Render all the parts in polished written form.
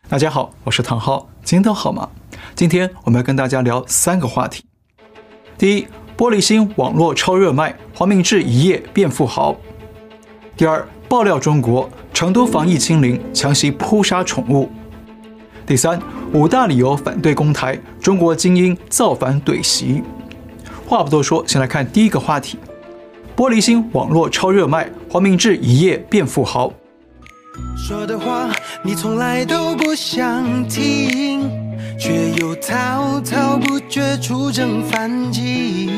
大家好，我是唐浩，今天都好吗？今天我们要跟大家聊3个话题。第一，玻璃心网络超热卖，黄明志一夜变富豪。第二，爆料中国成都防疫清零，强袭扑杀宠物。第三，5大理由反对公台，中国精英造反怼习。话不多说，先来看第一个话题。玻璃心网络超热卖，黄明志一夜变富豪。 说的话你从来都不想听，却又滔滔不绝出征反击。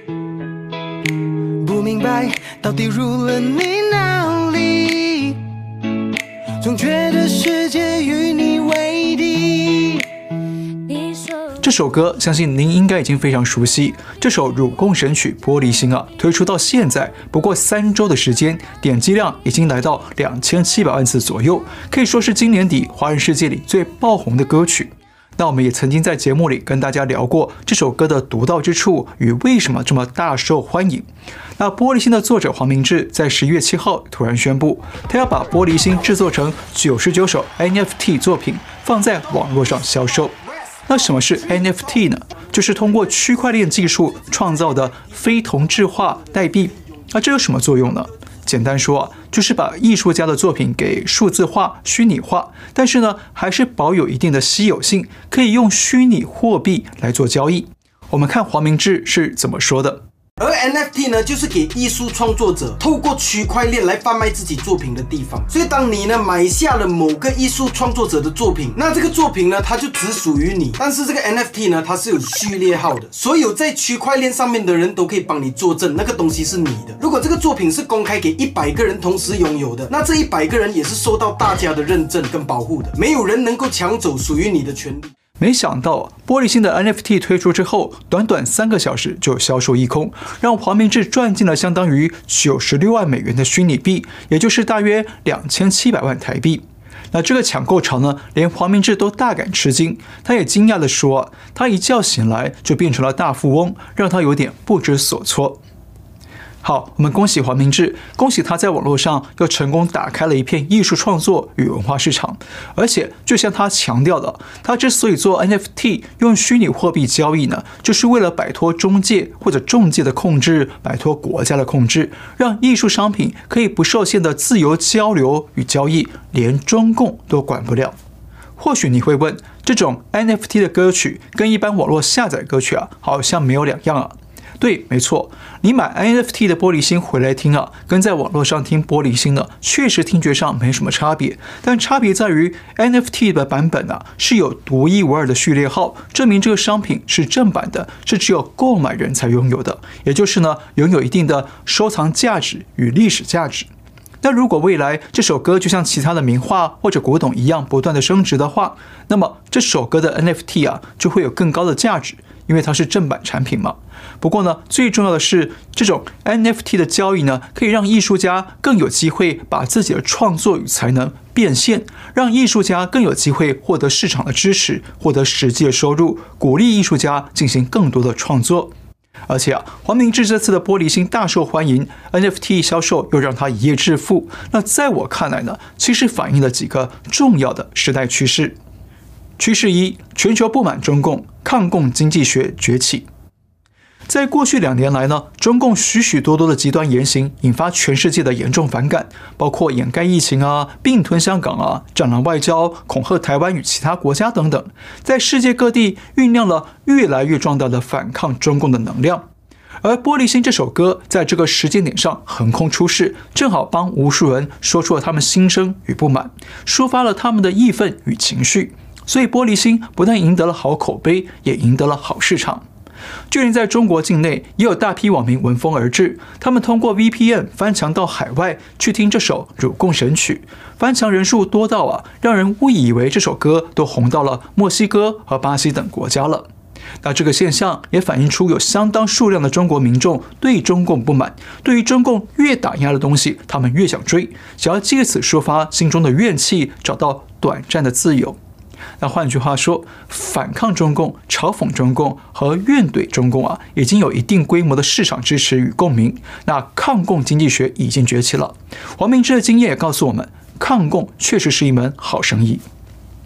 不明白到底入了你哪里，总觉得世界与你为敌。这首歌相信您应该已经非常熟悉。这首辱共神曲《玻璃心》推出到现在不过3周的时间，点击量已经来到2700万次左右，可以说是今年底华人世界里最爆红的歌曲。那我们也曾经在节目里跟大家聊过这首歌的独到之处与为什么这么大受欢迎。那《玻璃心》的作者黄明志在11月7号突然宣布，他要把《玻璃心》制作成99首 NFT 作品放在网络上销售。那什么是 NFT 呢？就是通过区块链技术创造的非同质化代币。那这有什么作用呢？简单说就是把艺术家的作品给数字化、虚拟化，但是呢，还是保有一定的稀有性，可以用虚拟货币来做交易。我们看黄明志是怎么说的。 而 NFT 呢，就是给艺术创作者透过区块链来贩卖自己作品的地方。所以当你呢买下了某个艺术创作者的作品，那这个作品呢它就只属于你。但是这个 NFT 呢它是有序列号的，所有在区块链上面的人都可以帮你作证那个东西是你的。如果这个作品是公开给100个人同时拥有的，那这100个人也是受到大家的认证跟保护的，没有人能够抢走属于你的权利。 没想到玻璃心的 NFT 推出之后，短短3个小时就销售一空，让黄明志赚进了相当于96万美元的虚拟币，也就是大约2700万台币。那这个抢购潮呢，连黄明志都大感吃惊，他也惊讶地说，他一觉醒来就变成了大富翁，让他有点不知所措。好，我们恭喜黄明志，恭喜他在网络上又成功打开了一片艺术创作与文化市场。而且就像他强调的，他之所以做 NFT 用虚拟货币交易呢，就是为了摆脱中介或者中介的控制，摆脱国家的控制，让艺术商品可以不受限的自由交流与交易，连中共都管不了。或许你会问，这种 NFT 的歌曲跟一般网络下载歌曲好像没有两样对，没错，你买 NFT 的玻璃心回来听跟在网络上听玻璃心呢，确实听觉上没什么差别。但差别在于 NFT 的版本是有独一无二的序列号，证明这个商品是正版的，是只有购买人才拥有的，也就是呢，拥有一定的收藏价值与历史价值。那如果未来这首歌就像其他的名画或者古董一样不断的升值的话，那么这首歌的 NFT 就会有更高的价值，因为它是正版产品嘛。不过呢，最重要的是，这种 NFT 的交易呢，可以让艺术家更有机会把自己的创作与才能变现，让艺术家更有机会获得市场的支持，获得实际的收入，鼓励艺术家进行更多的创作。而且黄明志这次的玻璃心大受欢迎， NFT 销售又让他一夜致富。那在我看来呢，其实反映了几个重要的时代趋势。趋势1，全球不满中共，抗共经济学崛起。在过去2年来呢，中共许许多多的极端言行引发全世界的严重反感，包括掩盖疫情并吞香港战狼外交、恐吓台湾与其他国家等等，在世界各地酝酿了越来越壮大的反抗中共的能量。而《玻璃心》这首歌在这个时间点上横空出世，正好帮无数人说出了他们心声与不满，抒发了他们的义愤与情绪。所以《玻璃心》不但赢得了好口碑，也赢得了好市场。就连在中国境内，也有大批网民闻风而至，他们通过 VPN 翻墙到海外去听这首辱共神曲，翻墙人数多到让人误以为这首歌都红到了墨西哥和巴西等国家了。那这个现象也反映出有相当数量的中国民众对中共不满，对于中共越打压的东西，他们越想追，想要借此抒发心中的怨气，找到短暂的自由。那换句话说，反抗中共、嘲讽中共和怨怼中共已经有一定规模的市场支持与共鸣。那抗共经济学已经崛起了。黄明志的经验也告诉我们，抗共确实是一门好生意。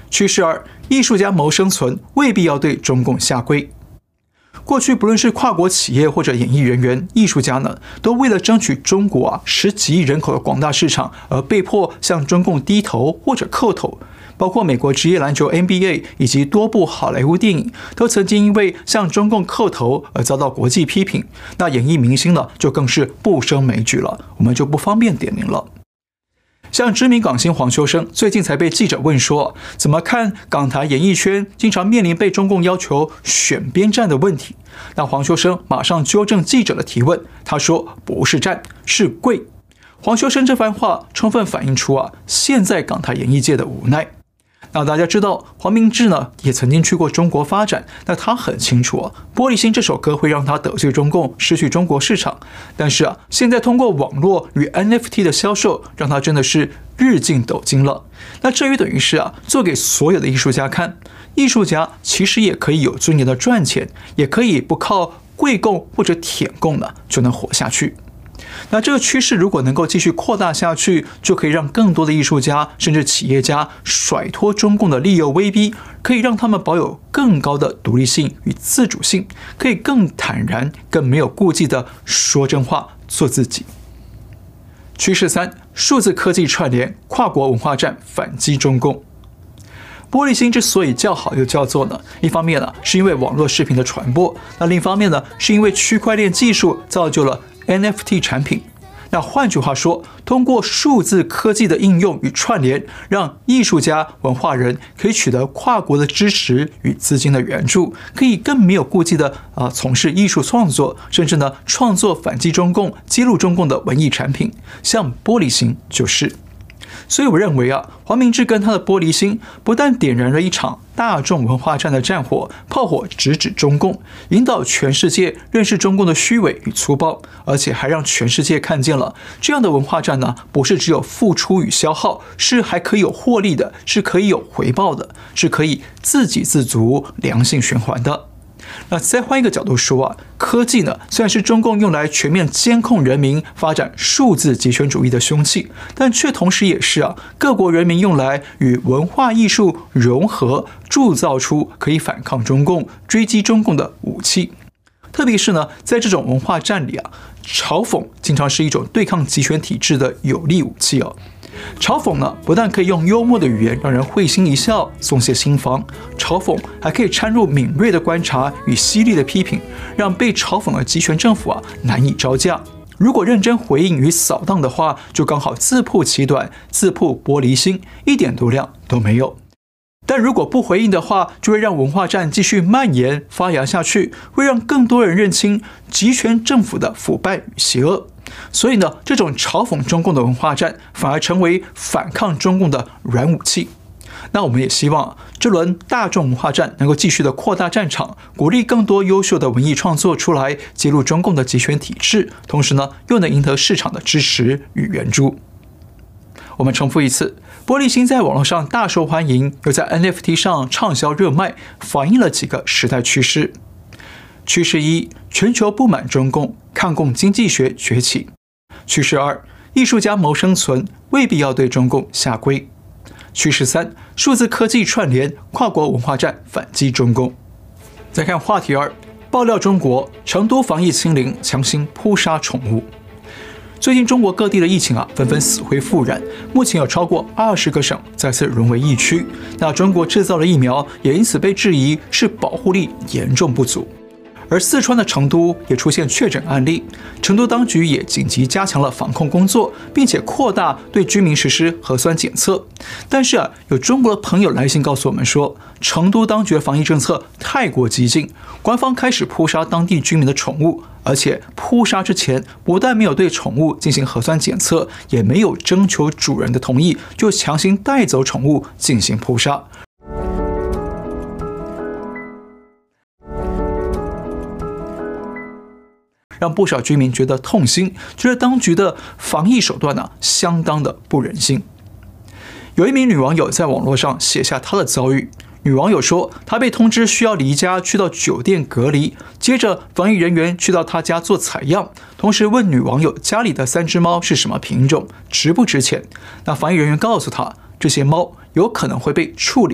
趋势2，艺术家谋生存未必要对中共下跪。过去不论是跨国企业或者演艺人员、艺术家呢，都为了争取中国10几亿人口的广大市场而被迫向中共低头或者叩头。包括美国职业篮球 NBA 以及多部好莱坞电影都曾经因为向中共叩头而遭到国际批评。那演艺明星呢，就更是不胜枚举了，我们就不方便点名了。像知名港星黄秋生最近才被记者问说，怎么看港台演艺圈经常面临被中共要求选边站的问题？那黄秋生马上纠正记者的提问，他说不是站，是跪。黄秋生这番话充分反映出现在港台演艺界的无奈。那大家知道，黄明志呢也曾经去过中国发展，那他很清楚玻璃心这首歌会让他得罪中共，失去中国市场。但是现在通过网络与 NFT 的销售，让他真的是日进斗金了。那这于等于是做给所有的艺术家看，艺术家其实也可以有尊严的赚钱，也可以不靠跪供或者舔供呢就能活下去。那这个趋势如果能够继续扩大下去，就可以让更多的艺术家甚至企业家甩脱中共的利诱威逼，可以让他们保有更高的独立性与自主性，可以更坦然、更没有顾忌的说真话、做自己。趋势3，数字科技串联，跨国文化战反击中共。玻璃心之所以叫好又叫座呢，一方面是因为网络视频的传播，那另一方面是因为区块链技术造就了NFT 产品。那换句话说，通过数字科技的应用与串联，让艺术家、文化人可以取得跨国的支持与资金的援助，可以更没有顾忌的从事艺术创作，甚至呢创作反击中共、揭露中共的文艺产品。像玻璃心就是。所以我认为黄明志跟他的玻璃心不但点燃了一场大众文化战的战火，炮火直指中共，引导全世界认识中共的虚伪与粗暴，而且还让全世界看见了这样的文化战呢，不是只有付出与消耗，是还可以有获利的，是可以有回报的，是可以自给自足、良性循环的。那再换一个角度说科技呢，虽然是中共用来全面监控人民、发展数字极权主义的凶器，但却同时也是各国人民用来与文化艺术融合，铸造出可以反抗中共、追击中共的武器。特别是呢，在这种文化战里嘲讽经常是一种对抗极权体制的有力武器嘲讽呢，不但可以用幽默的语言让人会心一笑、松懈心防，嘲讽还可以掺入敏锐的观察与犀利的批评，让被嘲讽的极权政府难以招架。如果认真回应与扫荡的话，就刚好自曝其短、自曝玻璃心，一点度量都没有。但如果不回应的话，就会让文化战继续蔓延发芽下去，会让更多人认清极权政府的腐败与邪恶。所以呢，这种嘲讽中共的文化战反而成为反抗中共的软武器。那我们也希望这轮大众文化战能够继续的扩大战场，鼓励更多优秀的文艺创作出来，揭露中共的极权体制，同时呢，又能赢得市场的支持与援助。我们重复一次，玻璃心在网络上大受欢迎，又在 NFT 上畅销热卖，反映了几个时代趋势。趋势1，全球不满中共，抗共经济学崛起。趋势2，艺术家谋生存未必要对中共下跪。趋势3，数字科技串联，跨国文化战反击中共。再看话题2，爆料中国成都防疫清零，强行扑杀宠物。最近中国各地的疫情纷纷死灰复燃，目前有超过20个省再次沦为疫区。那中国制造的疫苗也因此被质疑是保护力严重不足。而四川的成都也出现确诊案例，成都当局也紧急加强了防控工作，并且扩大对居民实施核酸检测。但是有中国的朋友来信告诉我们说，成都当局的防疫政策太过激进，官方开始扑杀当地居民的宠物，而且扑杀之前不但没有对宠物进行核酸检测，也没有征求主人的同意，就强行带走宠物进行扑杀。让不少居民觉得痛心，觉得当局的防疫手段相当的不人性。有一名女网友在网络上写下她的遭遇。女网友说，她被通知需要离家去到酒店隔离，接着防疫人员去到她家做采样，同时问女网友家里的3只猫是什么品种，值不值钱。那防疫人员告诉她，这些猫有可能会被处理，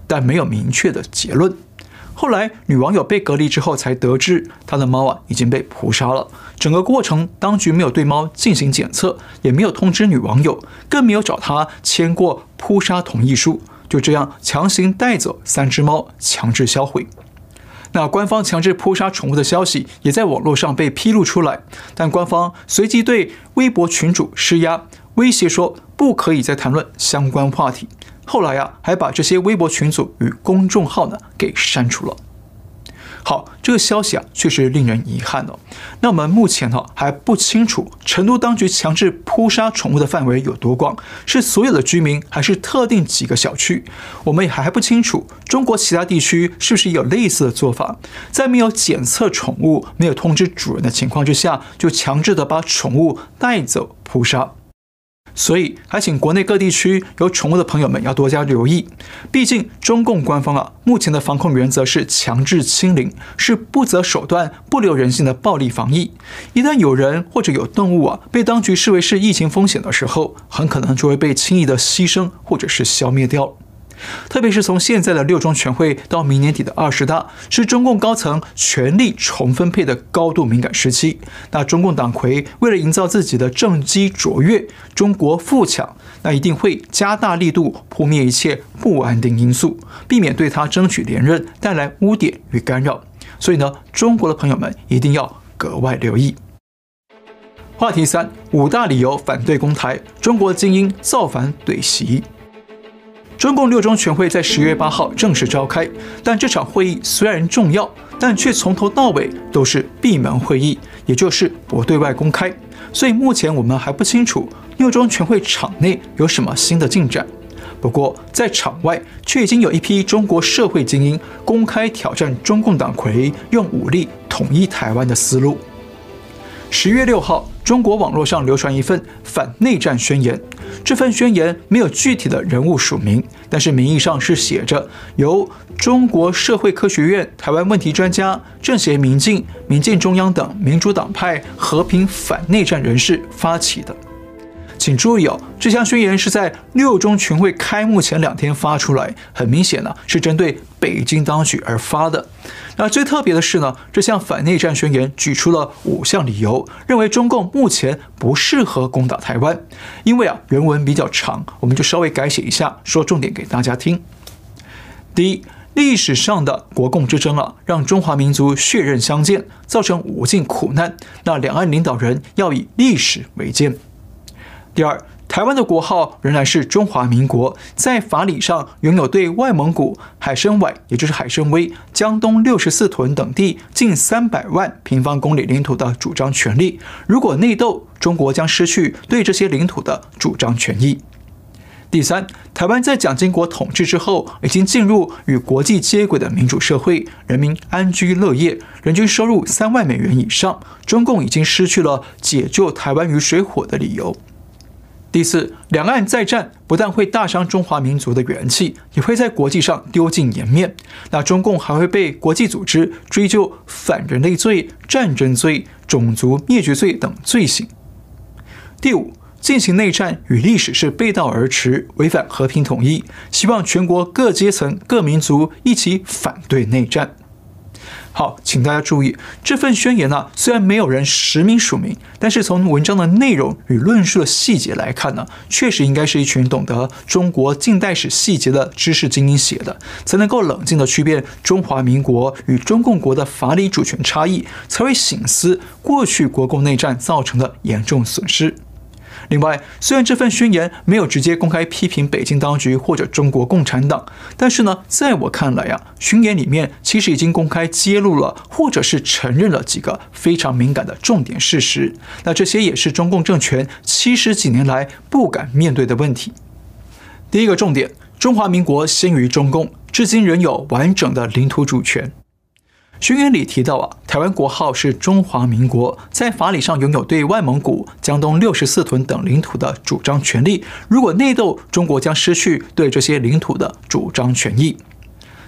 但没有明确的结论。后来女网友被隔离之后，才得知她的猫已经被扑杀了。整个过程，当局没有对猫进行检测，也没有通知女网友，更没有找她签过扑杀同意书，就这样强行带走3只猫，强制销毁。那官方强制扑杀宠物的消息也在网络上被披露出来，但官方随即对微博群主施压，威胁说不可以再谈论相关话题。后来还把这些微博群组与公众号给删除了。好，这个消息确实令人遗憾哦。那我们目前还不清楚成都当局强制扑杀宠物的范围有多广，是所有的居民还是特定几个小区？我们也还不清楚中国其他地区是不是也有类似的做法，在没有检测宠物、没有通知主人的情况之下，就强制的把宠物带走扑杀。所以还请国内各地区有宠物的朋友们要多加留意，毕竟中共官方目前的防控原则是强制清零，是不择手段、不留人性的暴力防疫。一旦有人或者有动物被当局视为是疫情风险的时候，很可能就会被轻易的牺牲或者是消灭掉。特别是从现在的6中全会到明年底的20大，是中共高层权力重分配的高度敏感时期。那中共党魁为了营造自己的政绩卓越、中国富强，那一定会加大力度扑灭一切不安定因素，避免对他争取连任带来污点与干扰。所以呢，中国的朋友们一定要格外留意。话题3： 5大理由反对公台，中国精英造反怼习。中共6中全会在10月8号正式召开，但这场会议虽然重要，但却从头到尾都是闭门会议，也就是不对外公开。所以目前我们还不清楚6中全会场内有什么新的进展。不过在场外却已经有一批中国社会精英公开挑战中共党魁用武力统一台湾的思路。10月6号，中国网络上流传一份反内战宣言。这份宣言没有具体的人物署名，但是名义上是写着由中国社会科学院台湾问题专家、政协民进、民进中央等民主党派和平反内战人士发起的。请注意这项宣言是在6中全会开幕前2天发出来，很明显是针对北京当局而发的。那最特别的是这项反内战宣言举出了5项理由，认为中共目前不适合攻打台湾。因为原文比较长，我们就稍微改写一下，说重点给大家听。第一，历史上的国共之争让中华民族血刃相见，造成无尽苦难。那两岸领导人要以历史为鉴。第二，台湾的国号仍然是中华民国，在法理上拥有对外蒙古、海参崴，也就是海参崴、江东64屯等地近300万平方公里领土的主张权利。如果内斗，中国将失去对这些领土的主张权益。第三，台湾在蒋经国统治之后，已经进入与国际接轨的民主社会，人民安居乐业，人均收入3万美元以上。中共已经失去了解救台湾于水火的理由。第四，两岸再战不但会大伤中华民族的元气，也会在国际上丢尽颜面。那中共还会被国际组织追究反人类罪、战争罪、种族灭绝罪等罪行。第五，进行内战与历史是背道而驰，违反和平统一，希望全国各阶层、各民族一起反对内战。好，请大家注意，这份宣言虽然没有人实名署名，但是从文章的内容与论述的细节来看确实应该是一群懂得中国近代史细节的知识精英写的，才能够冷静地区辨中华民国与中共国的法理主权差异，才会省思过去国共内战造成的严重损失。另外，虽然这份宣言没有直接公开批评北京当局或者中国共产党，但是在我看来宣言里面其实已经公开揭露了或者是承认了几个非常敏感的重点事实。那这些也是中共政权70几年来不敢面对的问题。第一个重点，中华民国先于中共，至今仍有完整的领土主权。宣言里提到台湾国号是中华民国，在法理上拥有对外蒙古、江东64屯等领土的主张权利。如果内斗，中国将失去对这些领土的主张权益。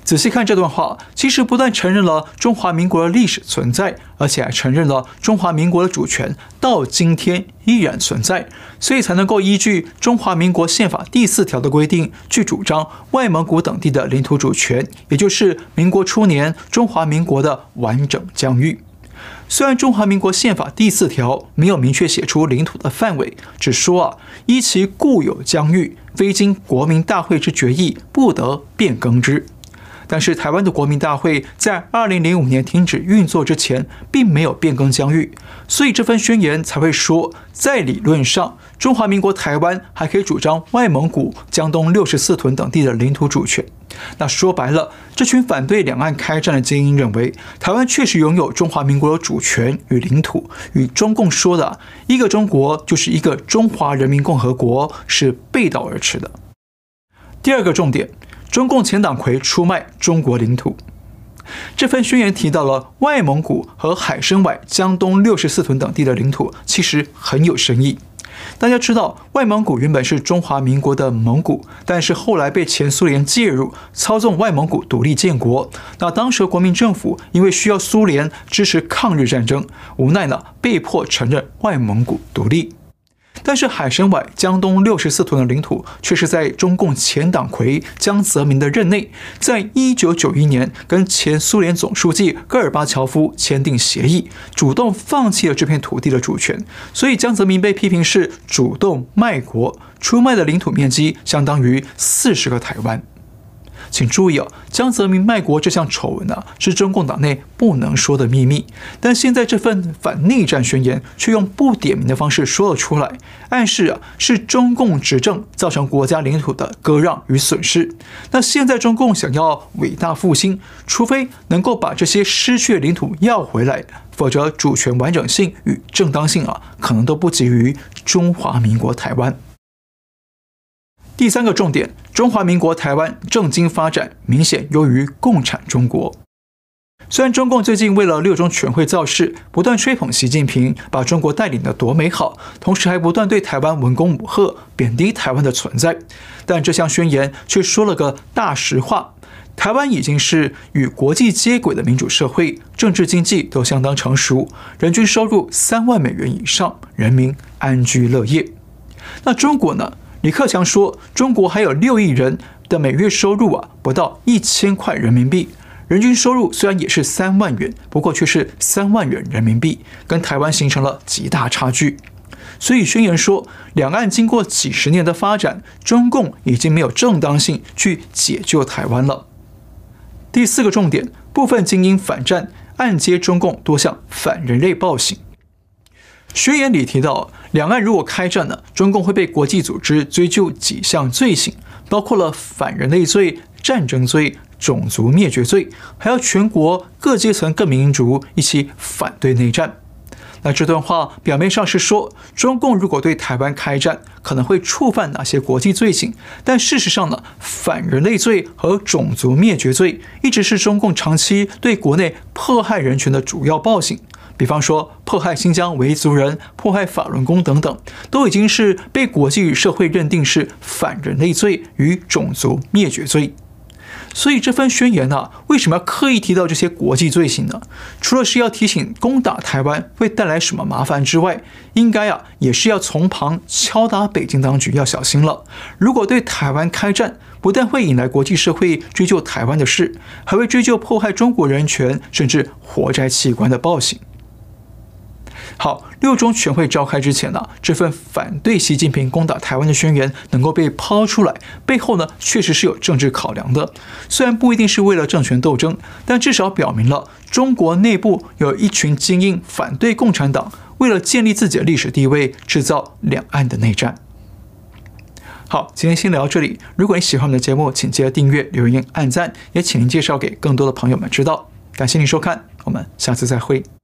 仔细看这段话，其实不但承认了中华民国的历史存在，而且还承认了中华民国的主权到今天依然存在，所以才能够依据中华民国宪法第4条的规定，去主张外蒙古等地的领土主权，也就是民国初年中华民国的完整疆域。虽然中华民国宪法第4条没有明确写出领土的范围，只说依其固有疆域，非经国民大会之决议，不得变更之。但是台湾的国民大会在2005年停止运作之前，并没有变更疆域，所以这份宣言才会说，在理论上，中华民国台湾还可以主张外蒙古、江东64屯等地的领土主权。那说白了，这群反对两岸开战的精英认为，台湾确实拥有中华民国的主权与领土，与中共说的一个中国就是一个中华人民共和国是背道而驰的。第二个重点，中共前党魁出卖中国领土。这份宣言提到了外蒙古和海参崴、江东64屯等地的领土，其实很有深意。大家知道，外蒙古原本是中华民国的蒙古，但是后来被前苏联介入，操纵外蒙古独立建国。那当时的国民政府因为需要苏联支持抗日战争，无奈被迫承认外蒙古独立。但是海参崴、江东64屯的领土却是在中共前党魁江泽民的任内，在1991年跟前苏联总书记戈尔巴乔夫签订协议，主动放弃了这片土地的主权，所以江泽民被批评是主动卖国，出卖的领土面积相当于40个台湾。请注意江泽民卖国这项丑闻是中共党内不能说的秘密，但现在这份反内战宣言却用不点名的方式说了出来，暗示是中共执政造成国家领土的割让与损失。那现在中共想要伟大复兴，除非能够把这些失去的领土要回来，否则主权完整性与正当性可能都不及于中华民国台湾。第三个重点，中华民国台湾政经发展明显优于共产中国。虽然中共最近为了6中全会造势，不断吹捧习近平把中国带领得多美好，同时还不断对台湾文攻武吓，贬低台湾的存在，但这项宣言却说了个大实话：台湾已经是与国际接轨的民主社会，政治经济都相当成熟，人均收入3万美元以上，人民安居乐业。那中国呢？李克强说，中国还有6亿人的每月收入不到1000块人民币，人均收入虽然也是3万元，不过却是3万元人民币，跟台湾形成了极大差距。所以宣言说，两岸经过几十年的发展，中共已经没有正当性去解救台湾了。第4个重点，部分精英反战，暗揭中共多项反人类暴行。宣言里提到，两岸如果开战中共会被国际组织追究几项罪行，包括了反人类罪、战争罪、种族灭绝罪，还要全国各阶层各民族一起反对内战。那这段话表面上是说，中共如果对台湾开战，可能会触犯哪些国际罪行，但事实上反人类罪和种族灭绝罪一直是中共长期对国内迫害人权的主要暴行。比方说迫害新疆维族人、迫害法轮功等等，都已经是被国际社会认定是反人类罪与种族灭绝罪。所以这份宣言为什么要刻意提到这些国际罪行呢？除了是要提醒攻打台湾会带来什么麻烦之外，应该也是要从旁敲打北京当局要小心了。如果对台湾开战，不但会引来国际社会追究台湾的事，还会追究迫害中国人权甚至活摘器官的暴行。好，6中全会召开之前这份反对习近平攻打台湾的宣言能够被抛出来，背后确实是有政治考量的。虽然不一定是为了政权斗争，但至少表明了中国内部有一群精英反对共产党，为了建立自己的历史地位，制造两岸的内战。好，今天先聊到这里。如果你喜欢我们的节目，请记得订阅、留言、按赞，也请您介绍给更多的朋友们知道。感谢您收看，我们下次再会。